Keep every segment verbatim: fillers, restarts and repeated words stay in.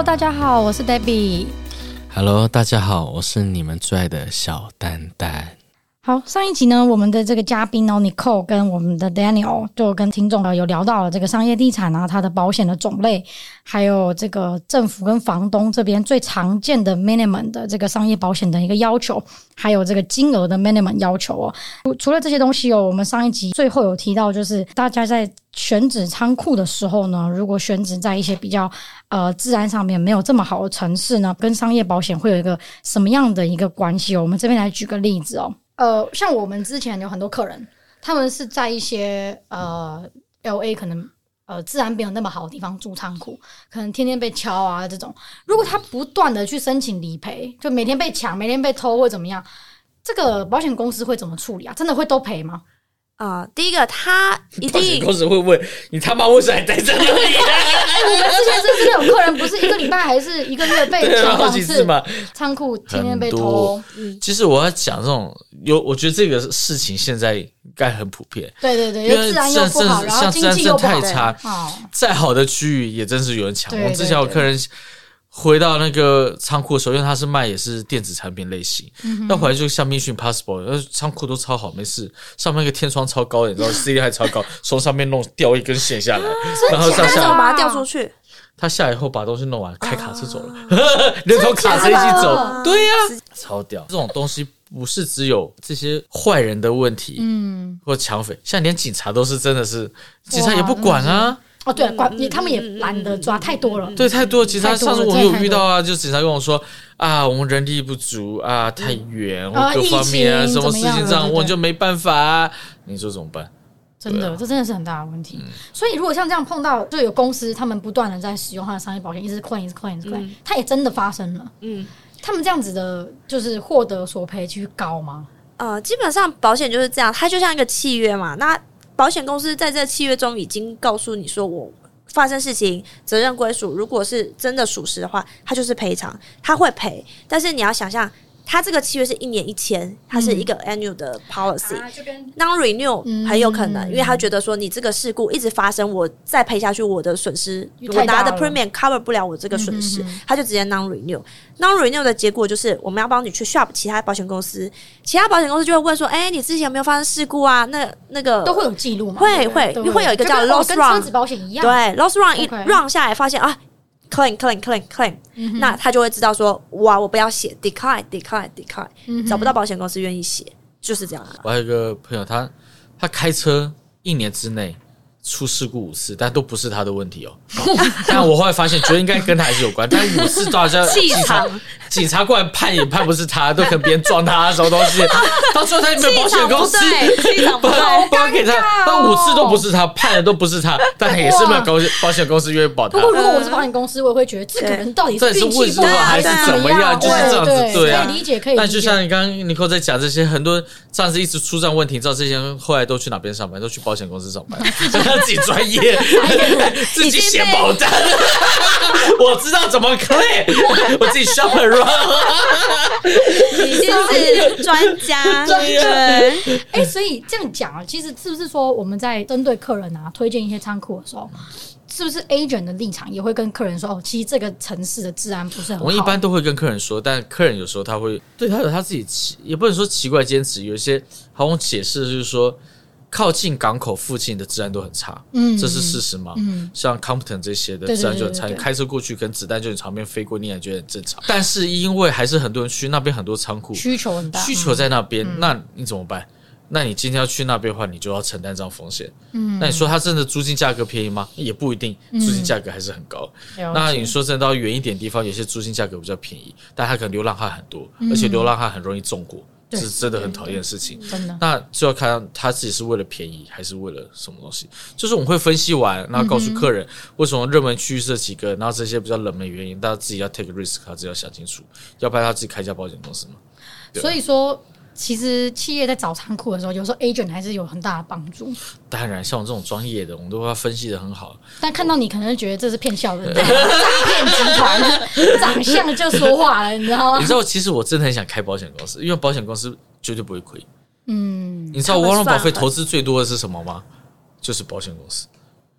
大家好，我是 Debbie。Hello， 大家好，我是你们最爱的小蛋蛋。 好，上一集呢，我们的这个嘉宾呢 Nicole 跟我们的 Daniel 就跟听众有聊到了这个商业地产啊，它的保险的种类，还有这个政府跟房东这边最常见的 minimum 的这个商业保险的一个要求，还有这个金额的 minimum 要求哦。除了这些东西哦，我们上一集最后有提到，就是大家在选址仓库的时候呢，如果选址在一些比较呃治安上面没有这么好的城市呢，跟商业保险会有一个什么样的一个关系哦？我们这边来举个例子哦。呃，像我们之前有很多客人，他们是在一些呃 L A 可能呃治安没有那么好的地方住仓库，可能天天被敲啊这种。如果他不断的去申请理赔，就每天被抢，每天被偷或怎么样，这个保险公司会怎么处理啊？真的会都赔吗？ 啊、呃，第一个他一定保险公司会问你他妈为什么还在这里？哎、 我们之前是真的有客人，不是一个礼拜还是一个月被抢两次嘛？仓库天天被偷。 其实我要讲这种有，我觉得这个事情现在应该很普遍。 对对对，因为治安又不好，然后经济又不好， 太差，再好的区域也真是有人抢。我之前有客人回到那个仓库的时候，因为他是卖也是电子产品类型，那、嗯、回来就像 Mission Impossible， 仓库都超好，没事，上面那个天窗超高的，你知道 ，C D 还超高，从上面弄掉一根线下来，然后上下把它掉出去。 他下来后把东西弄完，开卡车走了，连同卡车一起走，对呀、啊，超屌！这种东西不是只有这些坏人的问题，嗯，或抢匪，像连警察都是真的是，警察也不管啊。 哦，对，管也他们也懒得抓，太多了。 对，太多了。警察上次我们有遇到啊，就警察跟我说啊，我们人力不足啊，太远，或、嗯、各方面啊，什么事情这样，我就没办法、啊。你说怎么办？ 真的，这真的是很大的问题。嗯、所以如果像这样碰到，就有公司他们不断的在使用他的商业保险，一直 claim， 一直 claim， 一直 claim，、嗯、它也真的发生了。嗯，他们这样子的，就是获得索赔几率高吗？ 呃，基本上保险就是这样，它就像一个契约嘛。那保险公司在这个契约中已经告诉你说，我发生事情责任归属，如果是真的属实的话，它就是赔偿，它会赔。但是你要想象，它这个契约是一年一签，它是一个 annual 的 policy，、嗯啊、non renew 很有可能、嗯，因为他觉得说你这个事故一直发生，我再赔下去，我的损失，我拿的 premium cover 不了我这个损失，嗯、他就直接 non renew。non renew 的结果就是我们要帮你去 shop 其他保险公司，其他保险公司就会问说，哎、欸，你之前有没有发生事故啊？那那个都会有记录吗？ 会会会有一个叫 loss run， 跟车子保险一样， 对 loss run 一 run 下来发现啊。claim claim claim claim，、嗯、那他就会知道说，哇，我不要写 decline decline decline，、嗯、找不到保险公司愿意写，就是这样、啊。 我还有一个朋友，他他开车一年之内出事故五次，但都不是他的问题哦。但我后来发现，觉得应该跟他还是有关。但五次大家警察警察过来判也判不是他，都可能别人撞他什么东西，到最后他也没有保险公司， 气场不对， 不要给他，那五次都不是他判的，都不是他，但也是没有保险保险公司愿意保他。 不过如果我是保险公司，我也会觉得这个人到底是运气不好还是怎么样，就是这样子，对啊， 可以理解，可以理解。 但就像你刚刚尼克在讲这些，很多上次一直出这样问题，你知道这些人后来都去哪边上班？都去保险公司上班，自己专业。自己写保单，我知道怎么 claim， 我自己 shop around， 已经是专家。 对，哎、欸，所以这样讲啊，其实是不是说我们在针对客人啊推荐一些仓库的时候，是不是 agent 的立场也会跟客人说，哦，其实这个城市的治安不是很好？ 我们一般都会跟客人说，但客人有时候他会对他有他自己奇，也不能说奇怪坚持，有一些好像解释就是说。靠近港口附近的治安都很差，嗯，这是事实吗？嗯，像 Compton 这些的治安就很差，你开车过去，可能子弹就你旁边飞过，你也觉得很正常。但是因为还是很多人去那边，很多仓库需求很大， 需求在那边、嗯，那你怎么办？那你今天要去那边的话，你就要承担这样风险。嗯，那你说它真的租金价格便宜吗？也不一定，租金价格还是很高。嗯、那你说真的到远一点的地方，有些租金价格比较便宜，但它可能流浪汉很多，嗯、而且流浪汉很容易中过。这是真的很讨厌的事情， 真的。 那就要看他自己是为了便宜还是为了什么东西。就是我们会分析完，然后告诉客人为什么热门区域这几个，然后这些比较冷门的原因，大家自己要 take risk， 他自己要想清楚，要不然他自己开一家保险公司嘛。 所以说。其实企业在找仓库的时候，有时候 agent 还是有很大的帮助。 当然，像我这种专业的，我们都要分析的很好。 但看到你，可能觉得这是骗笑的诈骗集团，长相就说话了，你知道吗？ 你知道，其实我真的很想开保险公司，因为保险公司绝对不会亏。嗯，你知道沃伦巴菲投资最多的是什么吗？就是保险公司。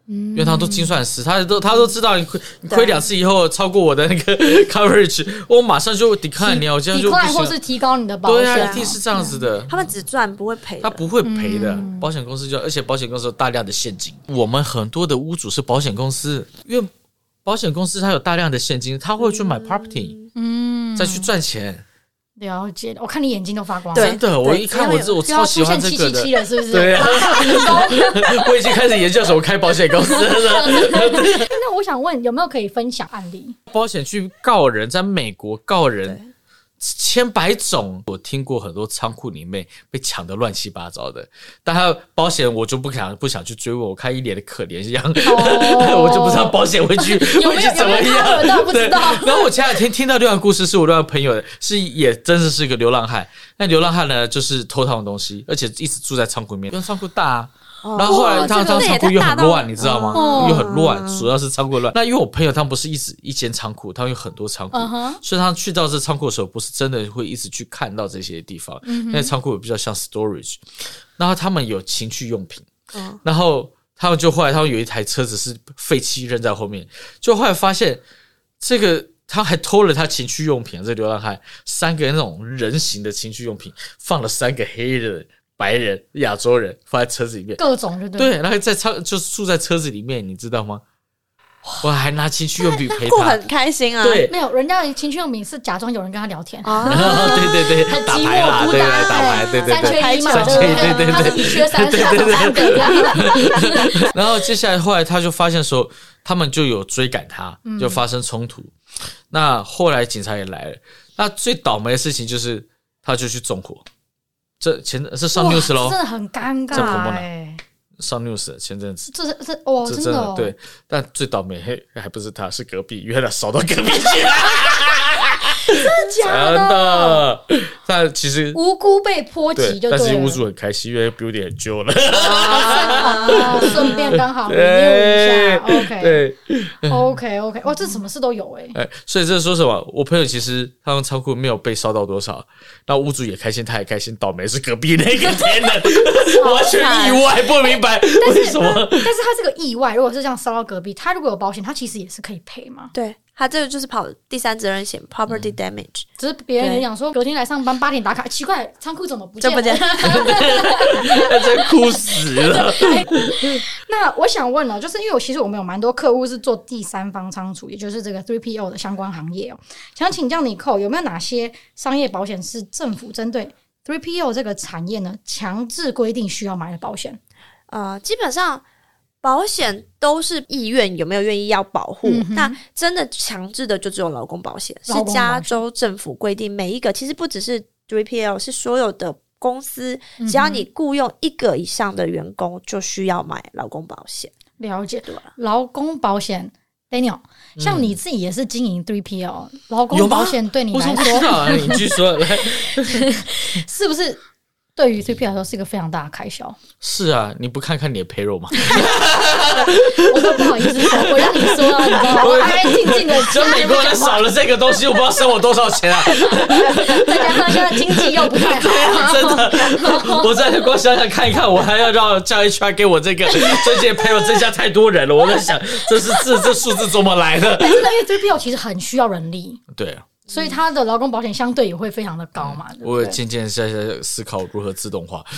因为他们都精算师，他都他都知道你亏你亏两次以后超过我的那个 coverage， 我马上就 decline 你，我这样就不行， 或是提高你的保险。 对啊，一定是这样子的。 他们只赚不会赔， 他不会赔的。嗯、保险公司就，而且保险公司有大量的现金。我们很多的屋主是保险公司，因为保险公司它有大量的现金，他会去买 property， 嗯，再去赚钱。 了解，我看你眼睛都发光。 真的，我一看我这我超喜欢这个的。 七七七了，是不是？ 对啊，我已经开始研究怎么开保险公司了。 那我想问，有没有可以分享案例？ 保险去告人，在美国告人。千百种，我听过很多仓库里面被抢得乱七八糟的，但他保险我就不想不想去追问，我看一脸的可怜样，哦、我就不知道保险会去有没有怎么样， 有不知道。 然后我前两天听到另外故事，是我另外朋友的，是也真的是一个流浪汉。那流浪汉呢，就是偷他们东西，而且一直住在仓库里面，因为仓库大啊。然后后来他他仓库又很乱，你知道吗？哦、又很乱，主要是仓库乱。那因为我朋友他们不是一直一间仓库，他们有很多仓库，uh-huh. 所以他去到这仓库的时候，不是真的会一直去看到这些地方。嗯、那仓库比较像 storage， 然后他们有情趣用品，嗯、然后他们就后来他们有一台车子是废弃扔在后面，就后来发现这个他还偷了他情趣用品，这流浪汉三个那种人形的情趣用品，放了三个黑人。白人、亚洲人放在车子里面， 各种就对。 对，然后在车就是住在车子里面，你知道吗？我还拿情趣用品陪他， 过很开心啊。 对， 没有人家的情趣用品是假装有人跟他聊天。 哦，对对对，打牌啦，对对打牌，对对对， 三缺一嘛， 三缺一，对对对， 他是一缺三，是他三个这样。 然后接下来后来他就发现说，他们就有追赶他，就发生冲突。那后来警察也来了，那最倒霉的事情就是他就去纵火。这前是上 news 咯， 真的很尴尬哎、欸。 上 news 前阵子， 这是这哦， 这真的、哦、 对，但最倒霉还还不是他，是隔壁，因为他扫到隔壁去了。 真的假的？ 真的，但其实无辜被波及就对了， 但是屋主很开心，因为 building 很旧了， 顺、啊、便刚好 review 一下 ，OK， 对 ，OK OK， 哇，这什么事都有哎、欸欸，所以这说什么？我朋友其实他们仓库没有被烧到多少，那屋主也开心，他也开心，倒霉是隔壁那个天人，完全意外，不明白为什么。 但是他这个意外，如果是这样烧到隔壁，他如果有保险，他其实也是可以赔嘛。 对。他这个就是跑第三责任险 property damage，、嗯、 只是别人讲说隔天来上班八点打卡，奇怪仓库怎么不见了？ 不见了， 真哭死了。 那我想问哦，就是因为我其实我们有蛮多客户是做第三方仓储，也就是这个 三 P O 的相关行业哦。想请教Nicole，有没有哪些商业保险是政府针对三 P O 这个产业呢强制规定需要买的保险？ 呃，基本上。保险都是意愿有没有愿意要保护、嗯、那真的强制的就只有劳工保险，是加州政府规定每一个，其实不只是 三 P L， 是所有的公司只要你雇佣一个以上的员工就需要买劳工保险。 了解，劳工保险 Daniel， 像你自己也是经营 三 P L， 劳工保险对你来说， 啊、你继续说是不是对于 三 P L 来说是一个非常大的开销？ 是啊，你不看看你的 payroll 吗？ 我都不好意思说，我让你说啊，你知道吗？我安安静静的。 就美国人少了这个东西，我不知道省我多少钱啊！ 再加上现在经济又不太好、啊， 真的，我在光想想看一看，我还要让叫 H R 给我这个这些 payroll 增加太多人了，我在想，这是这这数字怎么来的？ 真的，因为 三 P L 其实很需要人力。 对啊。 所以它的劳工保险相对也会非常的高嘛。嗯、 我渐渐在在思考如何自动化。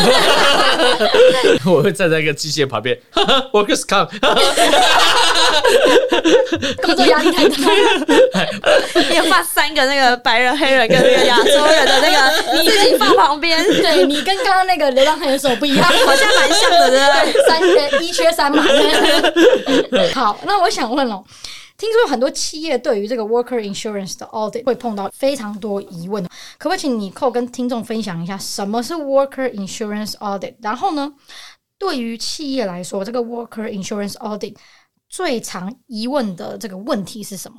我会站在一个机械旁边 ，workers comp， 工作压力太大。 你有放三个那个白人、黑人跟那个亚洲人的那个，你自己放旁边。 对你跟刚刚那个流浪汉有什么不一样？ 好像蛮像的，对不对？ 三呃一缺三嘛。好，那我想问哦。听说有很多企业对于这个 worker insurance 的 audit 会碰到非常多疑问，可不可以请Nicole跟听众分享一下什么是 worker insurance audit？ 然后呢，对于企业来说，这个 worker insurance audit 最常疑问的这个问题是什么？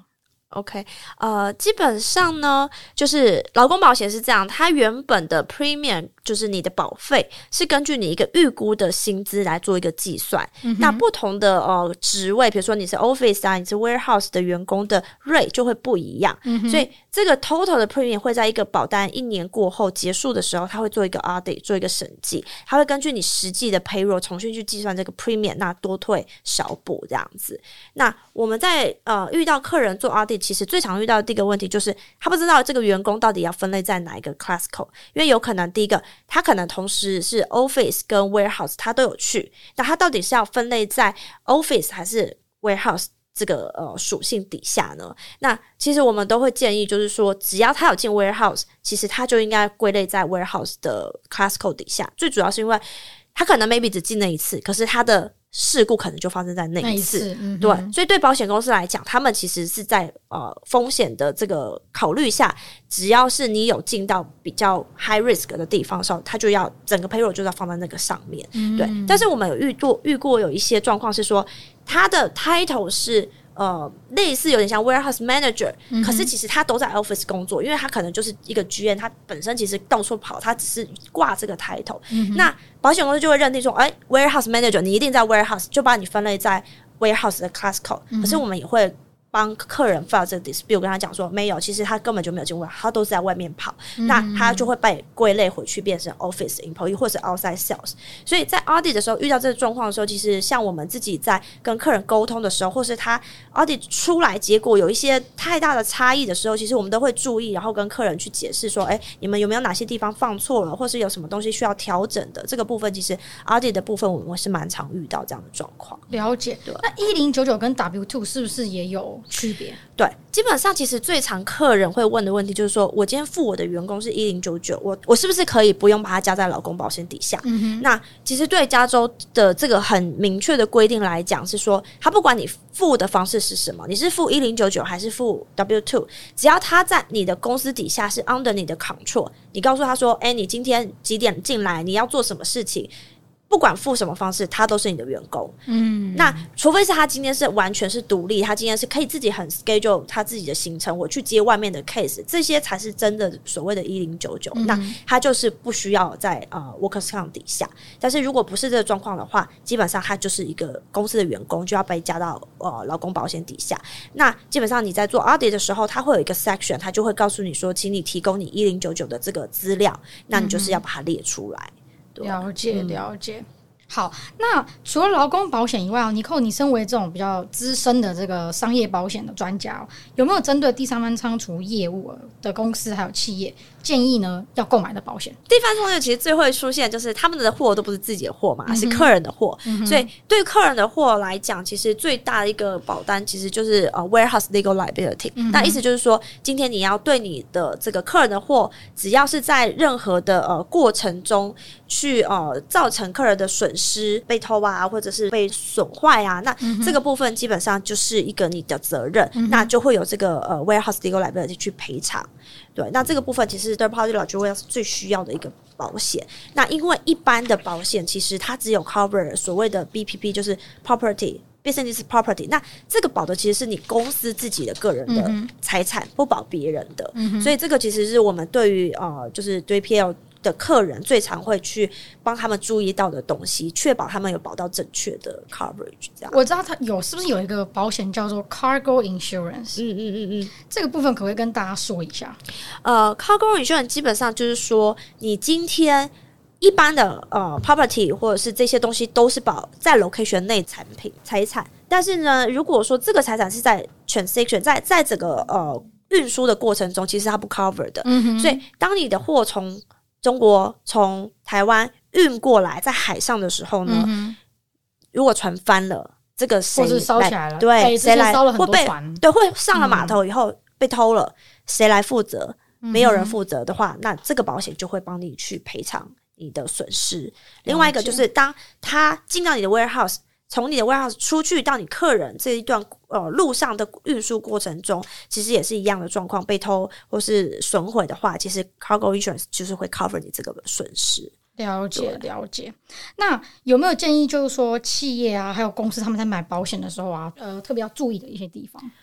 OK， 呃，基本上呢，就是劳工保险是这样，它原本的 premium 就是你的保费是根据你一个预估的薪资来做一个计算。嗯、那不同的呃职位，比如说你是 office 啊，你是 warehouse 的员工的 rate 就会不一样。嗯、所以这个 total 的 premium 会在一个保单一年过后结束的时候，它会做一个 audit， 做一个审计，它会根据你实际的 payroll 重新去计算这个 premium， 那多退少补这样子。那我们在呃遇到客人做 audit。其实最常遇到的第一个问题就是他不知道这个员工到底要分类在哪一个 class code， 因为有可能第一个他可能同时是 office 跟 warehouse 他都有去，那他到底是要分类在 office 还是 warehouse 这个呃属性底下呢？那其实我们都会建议就是说只要他有进 warehouse， 其实他就应该归类在 warehouse 的 class code 底下，最主要是因为他可能 maybe 只进那一次，可是他的事故可能就发生在那一次， 那一次嗯、 对，所以对保险公司来讲，他们其实是在呃风险的这个考虑下，只要是你有进到比较 high risk 的地方的时候，他就要整个 payroll 就要放在那个上面，嗯、对。但是我们有遇过遇过有一些状况是说，他的 title 是。呃，类似有点像 warehouse manager，嗯、可是其实他都在 office 工作，因为他可能就是一个 G M， 他本身其实到处跑，他只是挂这个 title，嗯。那保险公司就会认定说，哎 ，warehouse manager， 你一定在 warehouse， 就把你分类在 warehouse 的 class code，嗯。可是我们也会帮客人 file 这个 dispute， 跟他讲说没有，其实他根本就没有进 warehouse， 他都是在外面跑，嗯、那他就会被归类回去变成 office employee 或是 outside sales。所以在 audit 的时候遇到这个状况的时候，其实像我们自己在跟客人沟通的时候，或是他 audit 出来结果有一些太大的差异的时候，其实我们都会注意，然后跟客人去解释说，哎，你们有没有哪些地方放错了，或是有什么东西需要调整的？这个部分其实 audit 的部分我们是蛮常遇到这样的状况。 了解。那一零九九跟 W 二 是不是也有区别？ 对，基本上其实最常客人会问的问题就是说，我今天付我的员工是一零九九，我我是不是可以不用把它加在劳工保险底下？嗯、那其实对加州的这个很明确的规定来讲，是说，他不管你付的方式是什么，你是付一零九九还是付 W 二， 只要他在你的公司底下是 under 你的 control， 你告诉他说，哎，你今天几点进来，你要做什么事情。不管付什么方式，他都是你的员工。嗯，那除非是他今天是完全是独立，他今天是可以自己很 schedule 他自己的行程，我去接外面的 case， 这些才是真的所谓的一零九九。那他就是不需要在呃 workers comp 底下。但是如果不是这个状况的话，基本上他就是一个公司的员工，就要被加到呃劳工保险底下。那基本上你在做 audit 的时候，他会有一个 section， 他就会告诉你说，请你提供你一零九九的这个资料，那你就是要把它列出来。 了解了解、嗯，好，那除了劳工保险以外，尼寇，你身为这种比较资深的这个商业保险的专家，有没有针对第三方仓储业务的公司还有企业建议呢要购买的保险？ 第三方其实最会出现就是他们的货都不是自己的货嘛，嗯、是客人的货、嗯，所以对客人的货来讲，其实最大的一个保单其实就是呃 warehouse legal liability、嗯。那意思就是说，今天你要对你的这个客人的货，只要是在任何的呃过程中去呃造成客人的损失，被偷啊，或者是被损坏啊，那这个部分基本上就是一个你的责任，嗯、那就会有这个呃 warehouse legal liability 去赔偿。对，那这个部分其实 third party liability 是最需要的一个保险。那因为一般的保险其实它只有 cover 所谓的 B P P， 就是 property business property， 那这个保的其实是你公司自己的个人的财产，嗯、不保别人的、嗯。所以这个其实是我们对于呃就是对 P L的客人最常会去帮他们注意到的东西，确保他们有保到正确的 coverage。这样我知道他有是不是有一个保险叫做 cargo insurance？ 嗯嗯嗯嗯， 这个部分可不可以跟大家说一下？ 呃 ，cargo insurance 基本上就是说，你今天一般的呃 property 或者是这些东西都是保在 location 内产品财产，但是呢，如果说这个财产是在 transaction 在在整个呃运输的过程中，其实它不 cover 的。嗯，所以当你的货从中国从台湾运过来，在海上的时候呢，嗯、如果船翻了，这个谁或是烧起来了， 对，谁来烧了很多船，对，会上了码头以后、嗯、被偷了，谁来负责？没有人负责的话，嗯、那这个保险就会帮你去赔偿你的损失。另外一个就是当他进到你的 warehouse， 从你的 warehouse 出去到你客人这一段呃路上的运输过程中，其实也是一样的状况，被偷或是损毁的话，其实 cargo insurance 就是会 cover 你这个损失。 了解了解。那有没有建议就是说企业啊还有公司他们在买保险的时候啊呃特别要注意的一些地方？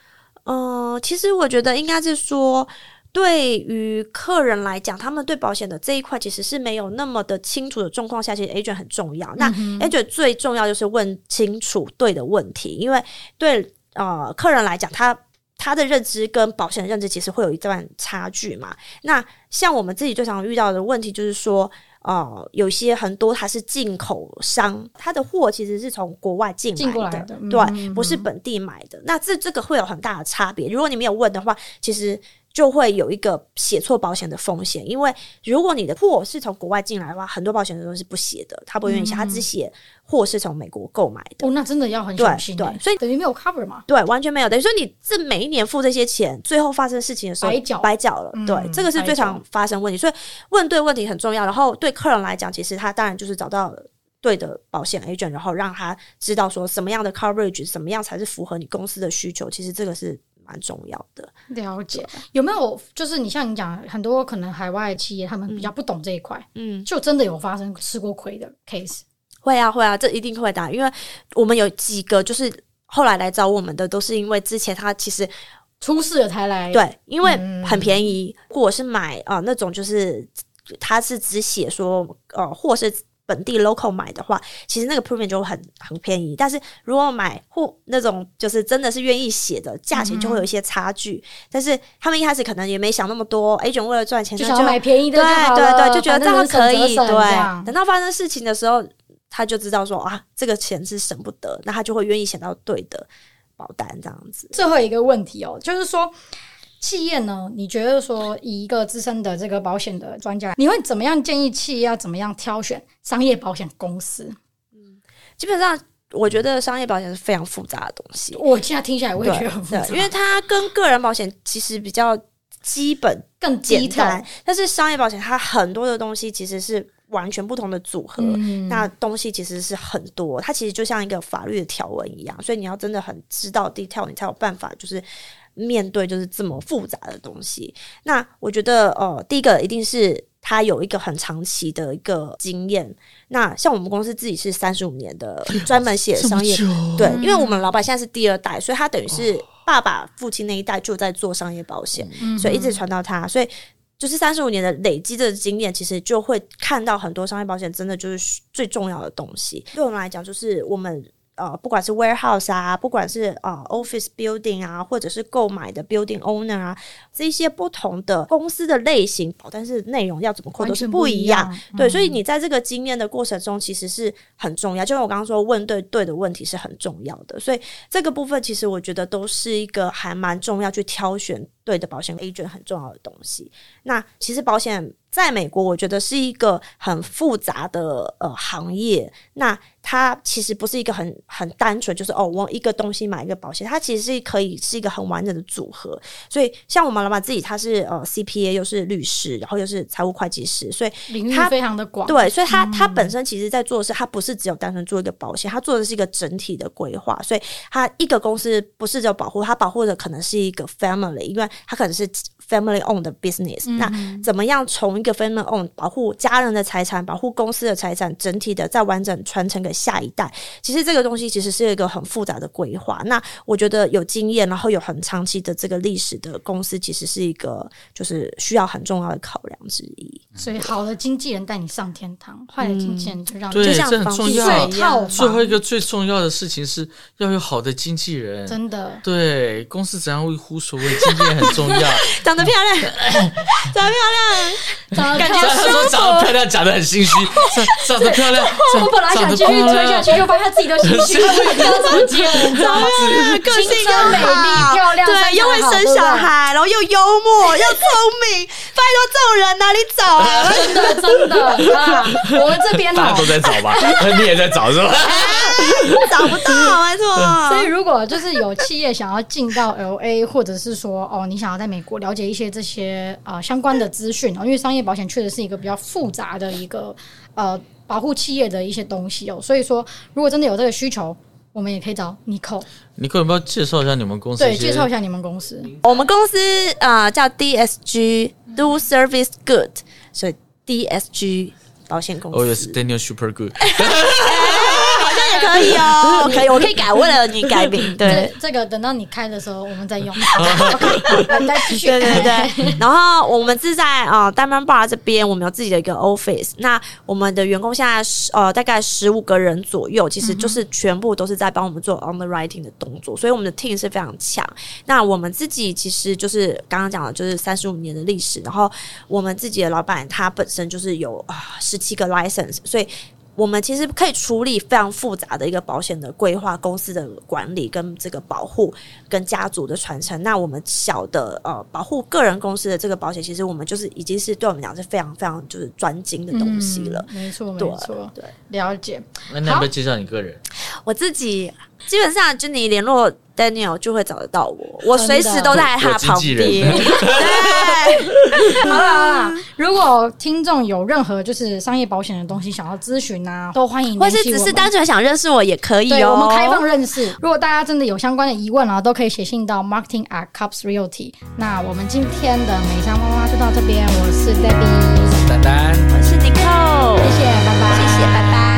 嗯、呃，其实我觉得应该是说，对于客人来讲，他们对保险的这一块其实是没有那么的清楚的状况下，其实 agent 很重要。那 agent 最重要就是问清楚对的问题，因为对呃客人来讲，他他的认知跟保险的认知其实会有一段差距嘛。那像我们自己最常遇到的问题就是说，呃，有些很多它是进口商，它的货其实是从国外进来的， 进过来的， 对， 嗯嗯不是本地买的。那这这个会有很大的差别。如果你没有问的话，其实就会有一个写错保险的风险。因为如果你的货是从国外进来的话，很多保险人都是不写的，他不愿意写，他只写货是从美国购买的。 哦，那真的要很小心， 对对，所以等于没有 cover 嘛。 对，完全没有。等于说你这每一年付这些钱，最后发生事情的时候白缴白缴了。 嗯对，这个是最常发生问题。所以问对问题很重要。然后对客人来讲，其实他当然就是找到对的保险 agent， 然后让他知道说什么样的 coverage， 什么样才是符合你公司的需求。其实这个是蛮重要的。 了解。有没有就是你像你讲，很多可能海外企业他们比较不懂这一块， 嗯， 就真的有发生吃过亏的 case？ 会啊会啊，这一定会的啊。因为我们有几个就是后来来找我们的，都是因为之前他其实出事了才来。 对，因为很便宜。如果是买呃那种就是他是只写说呃货是本地 local 买的话，其实那个 premium 就很很便宜。但是如果买货那种就是真的是愿意写的，价钱就会有一些差距。嗯、但是他们一开始可能也没想那么多 ，agent 为了赚钱， 就想要买便宜的就好了， 对对对，就觉得这样可以。 省对，等到发生事情的时候，他就知道说啊，这个钱是省不得，那他就会愿意写到对的保单这样子。 最后一个问题哦，就是说。企业呢？你觉得说以一个资深的这个保险的专家，你会怎么样建议企业要怎么样挑选商业保险公司？ 嗯，基本上我觉得商业保险是非常复杂的东西。 我现在听起来我也觉得很复杂， 因为它跟个人保险其实比较基本、 更简单，但是商业保险它很多的东西其实是完全不同的组合，嗯、那东西其实是很多，它其实就像一个法律的条文一样，所以你要真的很知道 detail， 你才有办法就是。面对就是这么复杂的东西，那我觉得呃，第一个一定是他有一个很长期的一个经验。那像我们公司自己是三十五年的专门写商业，对，因为我们老板现在是第二代，所以他等于是爸爸父亲那一代就在做商业保险，嗯、所以一直传到他，所以就是三十五年的累积的经验，其实就会看到很多商业保险真的就是最重要的东西。对我们来讲，就是我们。呃，不管是 warehouse 啊，不管是呃 office building 啊，或者是购买的 building owner 啊，这些不同的公司的类型，保单是内容要怎么扣都是不一样。 一样对、嗯，所以你在这个经验的过程中，其实是很重要。就像我刚刚说，问对对的问题是很重要的。所以这个部分，其实我觉得都是一个还蛮重要去挑选对的保险 agent 很重要的东西。那其实保险在美国，我觉得是一个很复杂的呃行业。那它其实不是一个很很单纯，就是哦，我一个东西买一个保险，它其实是可以是一个很完整的组合。所以像我们老板自己，他是呃 C P A 又是律师，然后又是财务会计师，所以领域非常的广。 对，所以他、嗯、他本身其实在做的是，他不是只有单纯做一个保险，他做的是一个整体的规划。所以他一个公司不是只有保护，他保护的可能是一个 family， 因为他可能是 family owned 的 business、嗯。那怎么样从一个 family owned 保护家人的财产，保护公司的财产，整体的再完整传承给下一代，其实这个东西其实是一个很复杂的规划。那我觉得有经验，然后有很长期的这个历史的公司，其实是一个就是需要很重要的考量之一。 所以好的经纪人带你上天堂，坏、嗯、的经纪人就让你对， 就像这很重要。 套最后一个最重要的事情是要有好的经纪人， 真的。 对，公司怎样会无所谓，经纪人很重要。 长得漂亮，长得漂亮， 长得感觉他说长得漂亮，讲得很心虚。长得漂亮， 我本来想继续推下去，就发现他自己都心虚，我也不知道怎么接。 长得漂亮，个性又美丽漂亮， 对，又会生小孩，然后又幽默又聪明，拜托这种人哪里找啊？ 真的真的啊，我们这边大家都在找吧，你也在找是吧？ 找不到，没错。 所以如果就是有企业想要进到 L A， 或者是说哦，你想要在美国了解一些这些呃相关的资讯哦，因为商业保险确实是一个比较复杂的一个呃保护企业的一些东西哦，所以说如果真的有这个需求，我们也可以找 Nicole。 Nicole 要不要介绍一下你们公司？ 对，介绍一下你们公司。 我们公司呃叫 D S G Do Service Good， 所以 D S G 保险公司。 哦，也是 Daniel Super Good。 好像也可以哦，可以，我可以改，为了你改名。对， 这个等到你开的时候我们再用。OK， 再继续。 对对对。然后我们是在呃 Diamond Bar 这边，我们有自己的一个 office。那我们的员工现在呃大概十五个人左右，其实就是全部都是在帮我们做 underwriting 的动作，所以我们的 team 是非常强。那我们自己其实就是刚刚讲的，就是三十五年的历史，然后我们自己的老板他本身就是有啊十七个 license， 所以我们其实可以处理非常复杂的一个保险的规划、公司的管理跟这个保护跟家族的传承。那我们小的呃保护个人公司的这个保险，其实我们就是已经是对我们讲是非常非常就是专精的东西了。 嗯、没错，没错，对，了解。 那你要不要介绍你个人？ 我自己基本上就你联络 Daniel 就会找得到我，我随时都在他旁边。 对，好了好了，如果听众有任何就是商业保险的东西想要咨询啊，都欢迎联系我们， 或是只是单纯想认识我也可以哦。 对，我们开放认识。如果大家真的有相关的疑问啊，都可以写信到 marketing at cups realty。那我们今天的美商妈妈就到这边，我是 Debbie， 我是丹丹， 我是 Nicole， 谢谢，拜拜， 谢谢，拜拜。